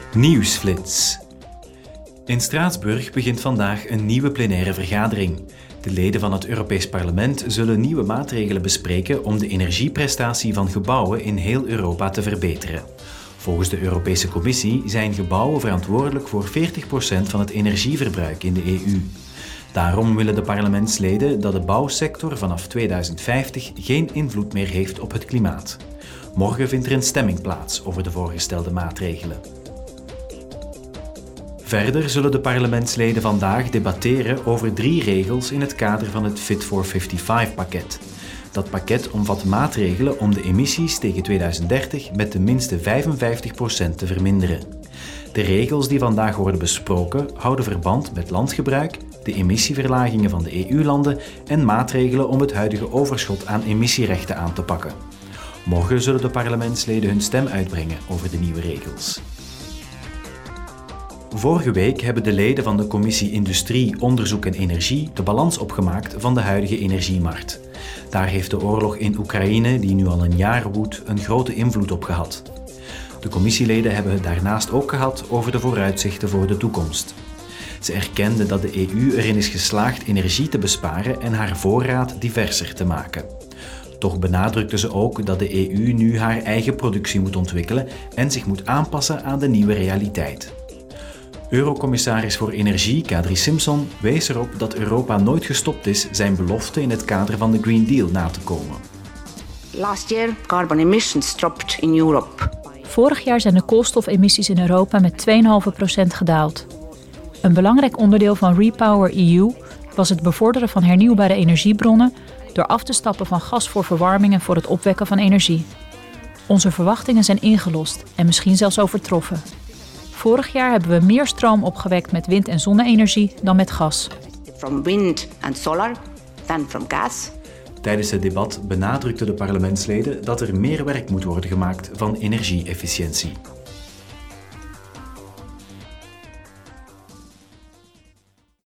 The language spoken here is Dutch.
Nieuwsflits. In Straatsburg begint vandaag een nieuwe plenaire vergadering. De leden van het Europees Parlement zullen nieuwe maatregelen bespreken om de energieprestatie van gebouwen in heel Europa te verbeteren. Volgens de Europese Commissie zijn gebouwen verantwoordelijk voor 40% van het energieverbruik in de EU. Daarom willen de parlementsleden dat de bouwsector vanaf 2050 geen invloed meer heeft op het klimaat. Morgen vindt er een stemming plaats over de voorgestelde maatregelen. Verder zullen de parlementsleden vandaag debatteren over 3 regels in het kader van het Fit for 55-pakket. Dat pakket omvat maatregelen om de emissies tegen 2030 met tenminste 55% te verminderen. De regels die vandaag worden besproken houden verband met landgebruik, de emissieverlagingen van de EU-landen en maatregelen om het huidige overschot aan emissierechten aan te pakken. Morgen zullen de parlementsleden hun stem uitbrengen over de nieuwe regels. Vorige week hebben de leden van de Commissie Industrie, Onderzoek en Energie de balans opgemaakt van de huidige energiemarkt. Daar heeft de oorlog in Oekraïne, die nu al een jaar woedt, een grote invloed op gehad. De commissieleden hebben het daarnaast ook gehad over de vooruitzichten voor de toekomst. Ze erkenden dat de EU erin is geslaagd energie te besparen en haar voorraad diverser te maken. Toch benadrukten ze ook dat de EU nu haar eigen productie moet ontwikkelen en zich moet aanpassen aan de nieuwe realiteit. Eurocommissaris voor Energie Kadri Simpson wees erop dat Europa nooit gestopt is zijn belofte in het kader van de Green Deal na te komen. Last year, carbon emissions dropped in Europe. Vorig jaar zijn de koolstofemissies in Europa met 2,5% gedaald. Een belangrijk onderdeel van Repower EU was het bevorderen van hernieuwbare energiebronnen door af te stappen van gas voor verwarming en voor het opwekken van energie. Onze verwachtingen zijn ingelost en misschien zelfs overtroffen. Vorig jaar hebben we meer stroom opgewekt met wind- en zonne-energie dan met gas. From wind and solar than from gas. Tijdens het debat benadrukten de parlementsleden dat er meer werk moet worden gemaakt van energie-efficiëntie.